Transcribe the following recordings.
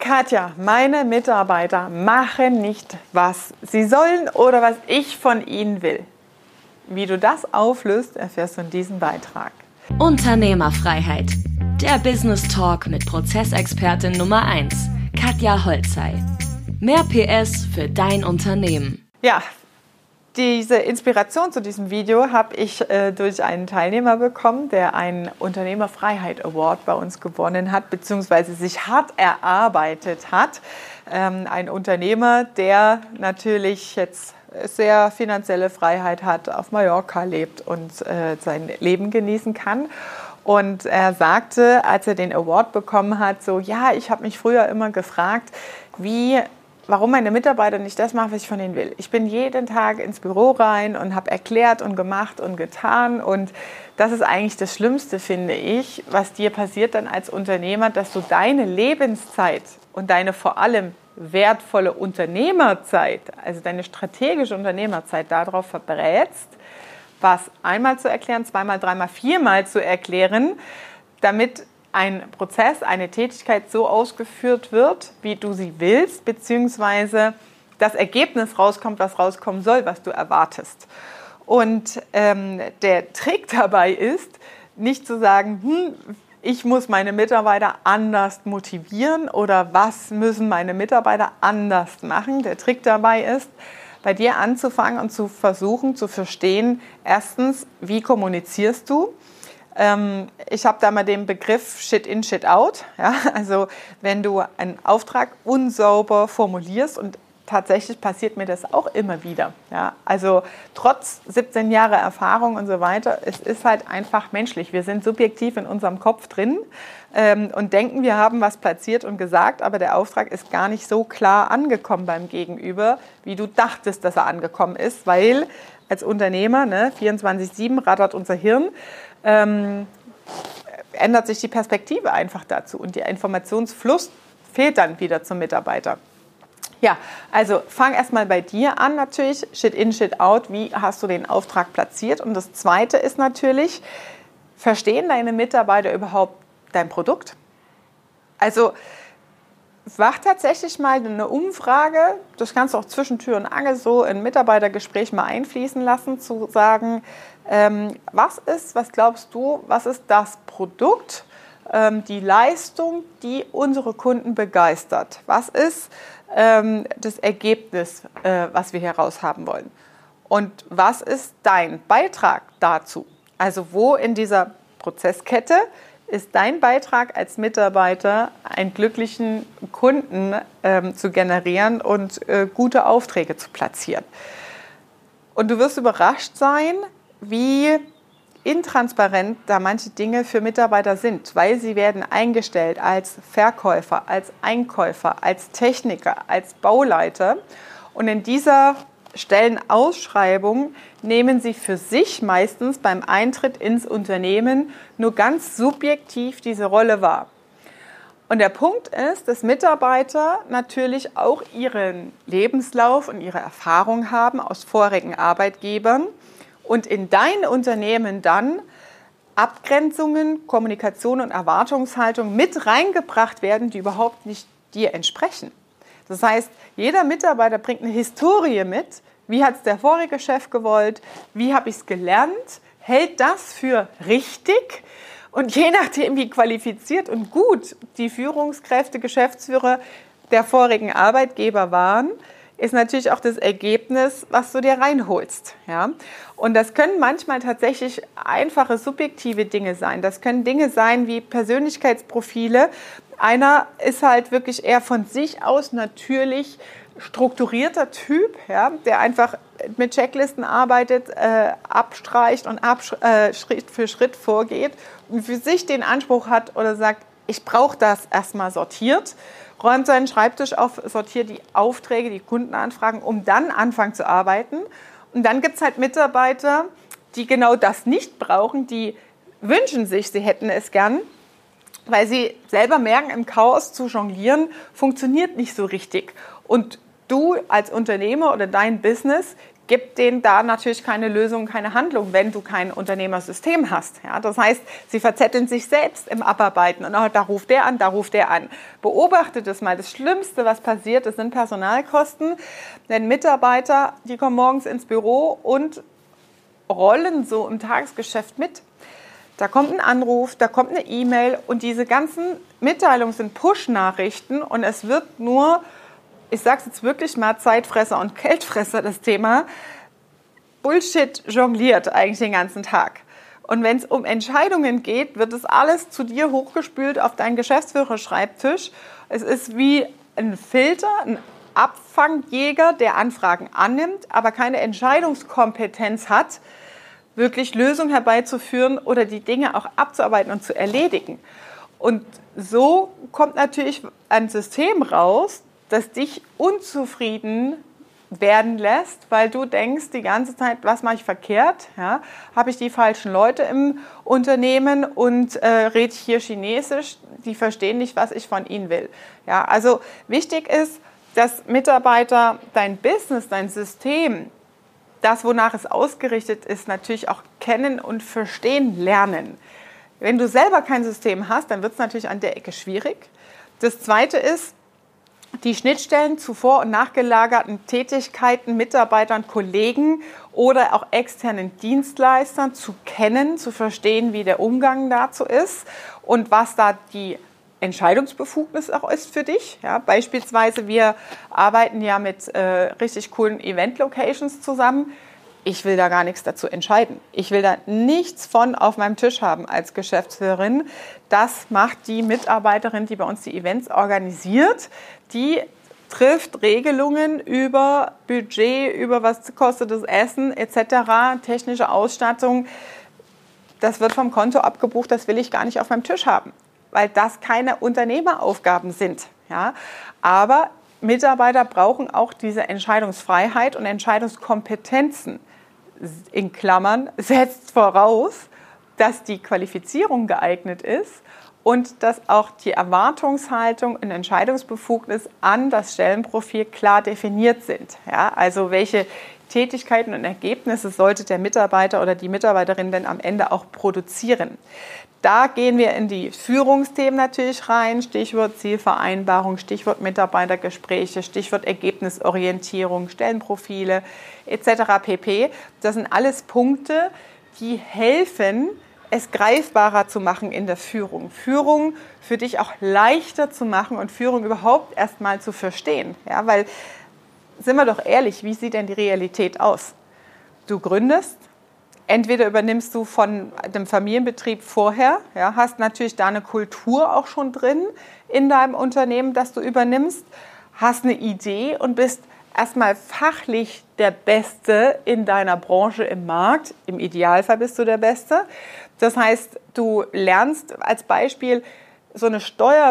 Katja, meine Mitarbeiter machen nicht, was sie sollen oder was ich von ihnen will. Wie du das auflöst, erfährst du in diesem Beitrag. Unternehmerfreiheit. Der Business Talk mit Prozessexpertin Nummer 1, Katja Holzei. Mehr PS für dein Unternehmen. Ja, diese Inspiration zu diesem Video habe ich durch einen Teilnehmer bekommen, der einen Unternehmerfreiheit Award bei uns gewonnen hat, beziehungsweise sich hart erarbeitet hat. Ein Unternehmer, der natürlich jetzt sehr finanzielle Freiheit hat, auf Mallorca lebt und sein Leben genießen kann. Und er sagte, als er den Award bekommen hat, so, ja, ich habe mich früher immer gefragt, warum meine Mitarbeiter nicht das machen, was ich von ihnen will. Ich bin jeden Tag ins Büro rein und habe erklärt und gemacht und getan. Und das ist eigentlich das Schlimmste, finde ich, was dir passiert dann als Unternehmer, dass du deine Lebenszeit und deine vor allem wertvolle Unternehmerzeit, also deine strategische Unternehmerzeit darauf verbrätst, was einmal zu erklären, zweimal, dreimal, viermal zu erklären, damit ein Prozess, eine Tätigkeit so ausgeführt wird, wie du sie willst, beziehungsweise das Ergebnis rauskommt, was rauskommen soll, was du erwartest. Und der Trick dabei ist, nicht zu sagen, ich muss meine Mitarbeiter anders motivieren oder was müssen meine Mitarbeiter anders machen. Der Trick dabei ist, bei dir anzufangen und zu versuchen zu verstehen, erstens, wie kommunizierst du? Ich habe da mal den Begriff Shit in, Shit out. Ja? Also wenn du einen Auftrag unsauber formulierst, und tatsächlich passiert mir das auch immer wieder. Ja? Also trotz 17 Jahre Erfahrung und so weiter, es ist halt einfach menschlich. Wir sind subjektiv in unserem Kopf drin und denken, wir haben was platziert und gesagt, aber der Auftrag ist gar nicht so klar angekommen beim Gegenüber, wie du dachtest, dass er angekommen ist, weil als Unternehmer, 24/7 rattert unser Hirn, ändert sich die Perspektive einfach dazu und der Informationsfluss fehlt dann wieder zum Mitarbeiter. Ja, also fang erstmal bei dir an natürlich, Shit in, Shit out, wie hast du den Auftrag platziert? Und das Zweite ist natürlich, verstehen deine Mitarbeiter überhaupt dein Produkt? Also mach tatsächlich mal eine Umfrage, das kannst du auch zwischen Tür und Angel so in ein Mitarbeitergespräch mal einfließen lassen, zu sagen, was glaubst du, was ist das Produkt, die Leistung, die unsere Kunden begeistert? Was ist das Ergebnis, was wir heraus haben wollen? Und was ist dein Beitrag dazu? Also wo in dieser Prozesskette ist dein Beitrag als Mitarbeiter, einen glücklichen Kunden zu generieren und gute Aufträge zu platzieren? Und du wirst überrascht sein, wie intransparent da manche Dinge für Mitarbeiter sind, weil sie werden eingestellt als Verkäufer, als Einkäufer, als Techniker, als Bauleiter. Und in dieser Stellenausschreibung nehmen sie für sich meistens beim Eintritt ins Unternehmen nur ganz subjektiv diese Rolle wahr. Und der Punkt ist, dass Mitarbeiter natürlich auch ihren Lebenslauf und ihre Erfahrung haben aus vorigen Arbeitgebern und in dein Unternehmen dann Abgrenzungen, Kommunikation und Erwartungshaltung mit reingebracht werden, die überhaupt nicht dir entsprechen. Das heißt, jeder Mitarbeiter bringt eine Historie mit. Wie hat es der vorige Chef gewollt? Wie habe ich es gelernt? Hält das für richtig? Und je nachdem, wie qualifiziert und gut die Führungskräfte, Geschäftsführer der vorigen Arbeitgeber waren, ist natürlich auch das Ergebnis, was du dir reinholst. Ja? Und das können manchmal tatsächlich einfache, subjektive Dinge sein. Das können Dinge sein wie Persönlichkeitsprofile. Einer ist halt wirklich eher von sich aus natürlich strukturierter Typ, ja, der einfach mit Checklisten arbeitet, abstreicht und Schritt für Schritt vorgeht und für sich den Anspruch hat oder sagt, ich brauche das erstmal sortiert, räumt seinen Schreibtisch auf, sortiert die Aufträge, die Kundenanfragen, um dann anfangen zu arbeiten. Und dann gibt es halt Mitarbeiter, die genau das nicht brauchen, die wünschen sich, sie hätten es gern, weil sie selber merken, im Chaos zu jonglieren, funktioniert nicht so richtig. Und du als Unternehmer oder dein Business gibt denen da natürlich keine Lösung, keine Handlung, wenn du kein Unternehmersystem hast. Ja, das heißt, sie verzetteln sich selbst im Abarbeiten und da ruft der an, da ruft der an. Beobachte das mal. Das Schlimmste, was passiert, das sind Personalkosten. Denn Mitarbeiter, die kommen morgens ins Büro und rollen so im Tagesgeschäft mit. Da kommt ein Anruf, da kommt eine E-Mail und diese ganzen Mitteilungen sind Push-Nachrichten und es wird nur, ich sage es jetzt wirklich mal, Zeitfresser und Geldfresser, das Thema, Bullshit jongliert eigentlich den ganzen Tag. Und wenn es um Entscheidungen geht, wird es alles zu dir hochgespült auf deinen Geschäftsführerschreibtisch. Es ist wie ein Filter, ein Abfangjäger, der Anfragen annimmt, aber keine Entscheidungskompetenz hat, wirklich Lösungen herbeizuführen oder die Dinge auch abzuarbeiten und zu erledigen. Und so kommt natürlich ein System raus, das dich unzufrieden werden lässt, weil du denkst die ganze Zeit, was mache ich verkehrt? Ja? Habe ich die falschen Leute im Unternehmen und rede ich hier Chinesisch? Die verstehen nicht, was ich von ihnen will. Ja? Also wichtig ist, dass Mitarbeiter dein Business, dein System, das, wonach es ausgerichtet ist, natürlich auch kennen und verstehen lernen. Wenn du selber kein System hast, dann wird es natürlich an der Ecke schwierig. Das Zweite ist, die Schnittstellen zu vor- und nachgelagerten Tätigkeiten, Mitarbeitern, Kollegen oder auch externen Dienstleistern zu kennen, zu verstehen, wie der Umgang dazu ist und was da die Entscheidungsbefugnis auch ist für dich. Ja, beispielsweise, wir arbeiten ja mit richtig coolen Event-Locations zusammen. Ich will da gar nichts dazu entscheiden. Ich will da nichts von auf meinem Tisch haben als Geschäftsführerin. Das macht die Mitarbeiterin, die bei uns die Events organisiert. Die trifft Regelungen über Budget, über was kostet das Essen etc., technische Ausstattung. Das wird vom Konto abgebucht, das will ich gar nicht auf meinem Tisch haben, weil das keine Unternehmeraufgaben sind. Ja? Aber Mitarbeiter brauchen auch diese Entscheidungsfreiheit und Entscheidungskompetenzen. In Klammern setzt voraus, dass die Qualifizierung geeignet ist und dass auch die Erwartungshaltung und Entscheidungsbefugnis an das Stellenprofil klar definiert sind. Ja, also welche Tätigkeiten und Ergebnisse sollte der Mitarbeiter oder die Mitarbeiterin denn am Ende auch produzieren. Da gehen wir in die Führungsthemen natürlich rein, Stichwort Zielvereinbarung, Stichwort Mitarbeitergespräche, Stichwort Ergebnisorientierung, Stellenprofile etc. pp. Das sind alles Punkte, die helfen, es greifbarer zu machen in der Führung. Führung für dich auch leichter zu machen und Führung überhaupt erst mal zu verstehen. Ja, weil, sind wir doch ehrlich, wie sieht denn die Realität aus? Du gründest, entweder übernimmst du von dem Familienbetrieb vorher, ja, hast natürlich da eine Kultur auch schon drin in deinem Unternehmen, das du übernimmst, hast eine Idee und bist erstmal fachlich der Beste in deiner Branche im Markt. Im Idealfall bist du der Beste. Das heißt, du lernst als Beispiel so eine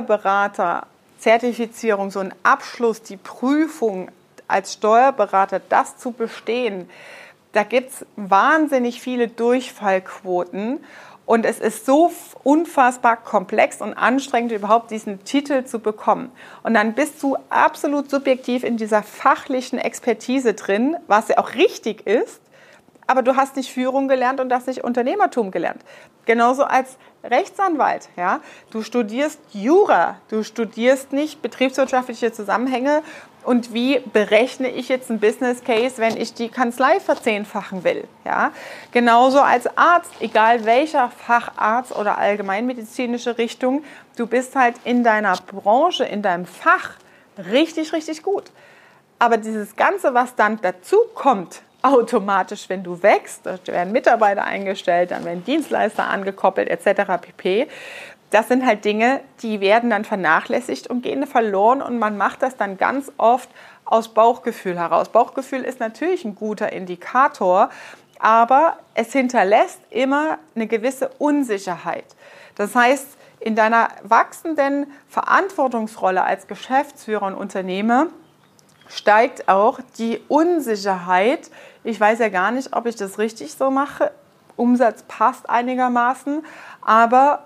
Steuerberater-Zertifizierung, so einen Abschluss, die Prüfung als Steuerberater, das zu bestehen. Da gibt es wahnsinnig viele Durchfallquoten und es ist so unfassbar komplex und anstrengend, überhaupt diesen Titel zu bekommen. Und dann bist du absolut subjektiv in dieser fachlichen Expertise drin, was ja auch richtig ist, aber du hast nicht Führung gelernt und hast nicht Unternehmertum gelernt. Genauso als Rechtsanwalt. Ja? Du studierst Jura, du studierst nicht betriebswirtschaftliche Zusammenhänge und wie berechne ich jetzt einen Business Case, wenn ich die Kanzlei verzehnfachen will. Ja? Genauso als Arzt, egal welcher Facharzt oder allgemeinmedizinische Richtung, du bist halt in deiner Branche, in deinem Fach richtig, richtig gut. Aber dieses Ganze, was dann dazu kommt, automatisch, wenn du wächst, da werden Mitarbeiter eingestellt, dann werden Dienstleister angekoppelt etc. pp. Das sind halt Dinge, die werden dann vernachlässigt und gehen verloren und man macht das dann ganz oft aus Bauchgefühl heraus. Bauchgefühl ist natürlich ein guter Indikator, aber es hinterlässt immer eine gewisse Unsicherheit. Das heißt, in deiner wachsenden Verantwortungsrolle als Geschäftsführer und Unternehmer steigt auch die Unsicherheit. Ich weiß ja gar nicht, ob ich das richtig so mache. Umsatz passt einigermaßen, aber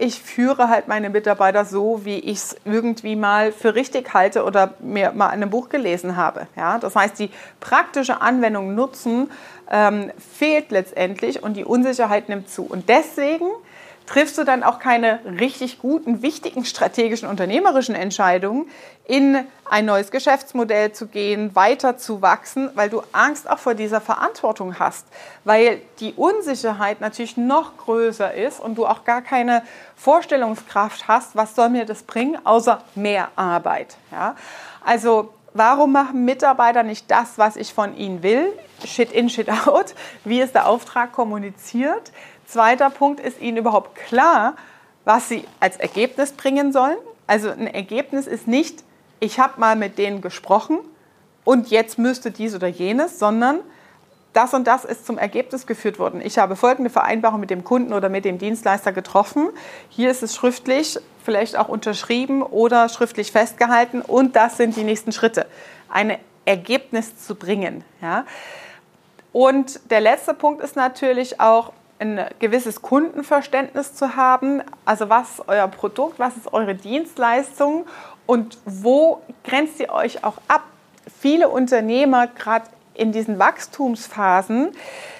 ich führe halt meine Mitarbeiter so, wie ich es irgendwie mal für richtig halte oder mir mal in einem Buch gelesen habe. Ja? Das heißt, die praktische Anwendung Nutzen fehlt letztendlich und die Unsicherheit nimmt zu. Und deswegen triffst du dann auch keine richtig guten, wichtigen strategischen, unternehmerischen Entscheidungen, in ein neues Geschäftsmodell zu gehen, weiter zu wachsen, weil du Angst auch vor dieser Verantwortung hast, weil die Unsicherheit natürlich noch größer ist und du auch gar keine Vorstellungskraft hast, was soll mir das bringen, außer mehr Arbeit. Ja? Also warum machen Mitarbeiter nicht das, was ich von ihnen will? Shit in, shit out. Wie ist der Auftrag kommuniziert? Zweiter Punkt, ist ihnen überhaupt klar, was sie als Ergebnis bringen sollen? Also ein Ergebnis ist nicht, ich habe mal mit denen gesprochen und jetzt müsste dies oder jenes, sondern das und das ist zum Ergebnis geführt worden. Ich habe folgende Vereinbarung mit dem Kunden oder mit dem Dienstleister getroffen. Hier ist es schriftlich, vielleicht auch unterschrieben oder schriftlich festgehalten und das sind die nächsten Schritte. Ein Ergebnis zu bringen. Ja? Und der letzte Punkt ist natürlich auch, ein gewisses Kundenverständnis zu haben. Also was ist euer Produkt, was ist eure Dienstleistung und wo grenzt ihr euch auch ab? Viele Unternehmer, gerade in diesen Wachstumsphasen,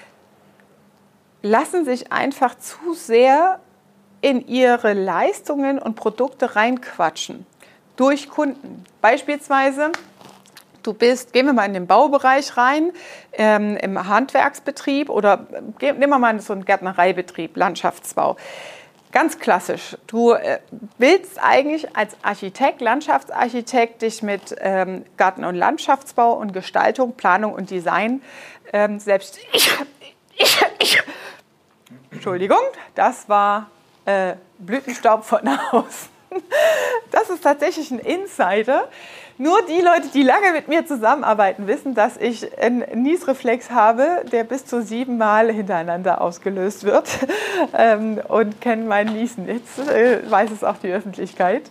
lassen sich einfach zu sehr in ihre Leistungen und Produkte reinquatschen durch Kunden. Beispielsweise, gehen wir mal in den Baubereich rein, im Handwerksbetrieb oder nehmen wir mal so einen Gärtnereibetrieb, Landschaftsbau. Ganz klassisch. Du willst eigentlich als Architekt, Landschaftsarchitekt dich mit Garten- und Landschaftsbau und Gestaltung, Planung und Design selbst... Entschuldigung, das war Blütenstaub von außen. Das ist tatsächlich ein Insider. Nur die Leute, die lange mit mir zusammenarbeiten, wissen, dass ich einen Niesreflex habe, der bis zu 7 Mal hintereinander ausgelöst wird und kennen mein Niesen. Jetzt weiß es auch die Öffentlichkeit.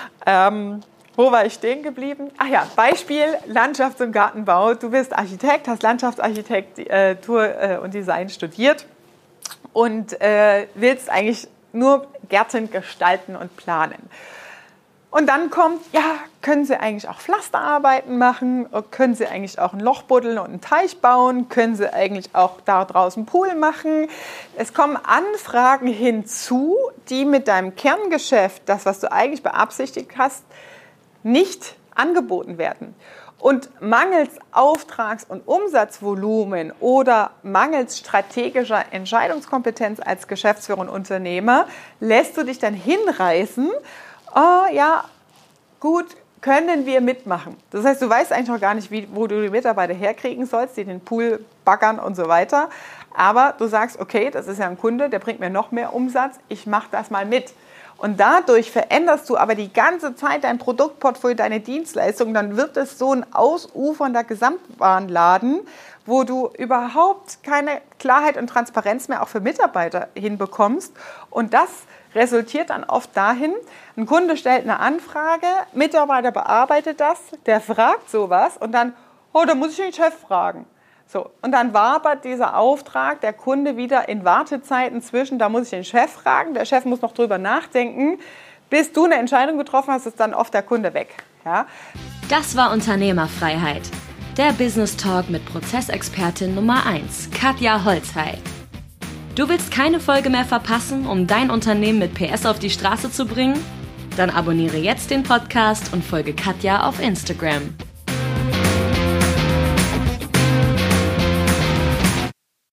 Wo war ich stehen geblieben? Ach ja, Beispiel Landschafts- und Gartenbau. Du bist Architekt, hast Landschaftsarchitektur und Design studiert und willst eigentlich nur Gärten gestalten und planen. Und dann kommt, ja, können Sie eigentlich auch Pflasterarbeiten machen? Können Sie eigentlich auch ein Loch buddeln und einen Teich bauen? Können Sie eigentlich auch da draußen einen Pool machen? Es kommen Anfragen hinzu, die mit deinem Kerngeschäft, das, was du eigentlich beabsichtigt hast, nicht angeboten werden. Und mangels Auftrags- und Umsatzvolumen oder mangels strategischer Entscheidungskompetenz als Geschäftsführer und Unternehmer lässt du dich dann hinreißen, oh ja, gut, können wir mitmachen. Das heißt, du weißt eigentlich noch gar nicht, wo du die Mitarbeiter herkriegen sollst, die den Pool baggern und so weiter. Aber du sagst, okay, das ist ja ein Kunde, der bringt mir noch mehr Umsatz, ich mache das mal mit. Und dadurch veränderst du aber die ganze Zeit dein Produktportfolio, deine Dienstleistung, dann wird es so ein ausufernder Gesamtwarenladen, wo du überhaupt keine Klarheit und Transparenz mehr auch für Mitarbeiter hinbekommst. Und das resultiert dann oft dahin, ein Kunde stellt eine Anfrage, Mitarbeiter bearbeitet das, der fragt sowas und dann, oh, da muss ich den Chef fragen. So, und dann wabert dieser Auftrag, der Kunde wieder in Wartezeiten zwischen, da muss ich den Chef fragen, der Chef muss noch drüber nachdenken, bis du eine Entscheidung getroffen hast, ist dann oft der Kunde weg. Ja? Das war Unternehmerfreiheit, der Business Talk mit Prozessexpertin Nummer 1, Katja Holzhey. Du willst keine Folge mehr verpassen, um dein Unternehmen mit PS auf die Straße zu bringen? Dann abonniere jetzt den Podcast und folge Katja auf Instagram.